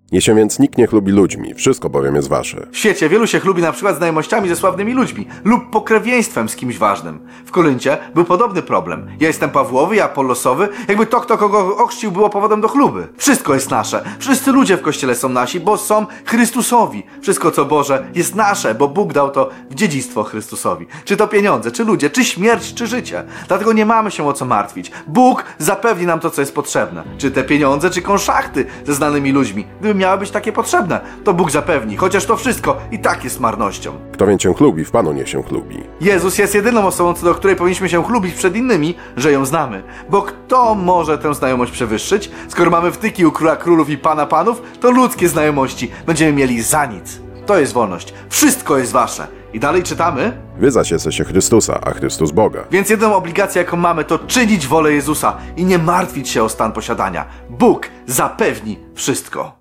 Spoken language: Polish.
Niech się więc nikt nie chlubi ludźmi, wszystko bowiem jest wasze. W świecie wielu się chlubi na przykład znajomościami ze sławnymi ludźmi lub pokrewieństwem z kimś ważnym. W Koryncie był podobny problem. Ja jestem Pawłowy, ja Apollosowy, jakby to, kto kogo ochrzcił, było powodem do chluby. Wszystko jest nasze. Wszyscy ludzie w Kościele są nasi, bo są Chrystusowi. Wszystko, co Boże, jest nasze, bo Bóg dał to w dziedzictwo Chrystusowi. Czy to pieniądze, czy ludzie, czy śmierć, czy życie. Dlatego nie mamy się o co martwić. Bóg zapewni nam to, co jest potrzebne. Czy te pieniądze, czy konszachty ze znanymi ludźmi. Gdyby miały być takie potrzebne, to Bóg zapewni, chociaż to wszystko i tak jest marnością. Kto więc się chlubi, w Panu niech się chlubi. Jezus jest jedyną osobą, co do której powinniśmy się chlubić przed innymi, że ją znamy. Bo kto może tę znajomość przewyższyć? Skoro mamy wtyki u Króla Królów i Pana Panów, to ludzkie znajomości będziemy mieli za nic. To jest wolność. Wszystko jest wasze. I dalej czytamy. Wy zaś jesteście Chrystusa, a Chrystus Boga. Więc jedyną obligację, jaką mamy, to czynić wolę Jezusa i nie martwić się o stan posiadania. Bóg zapewni wszystko.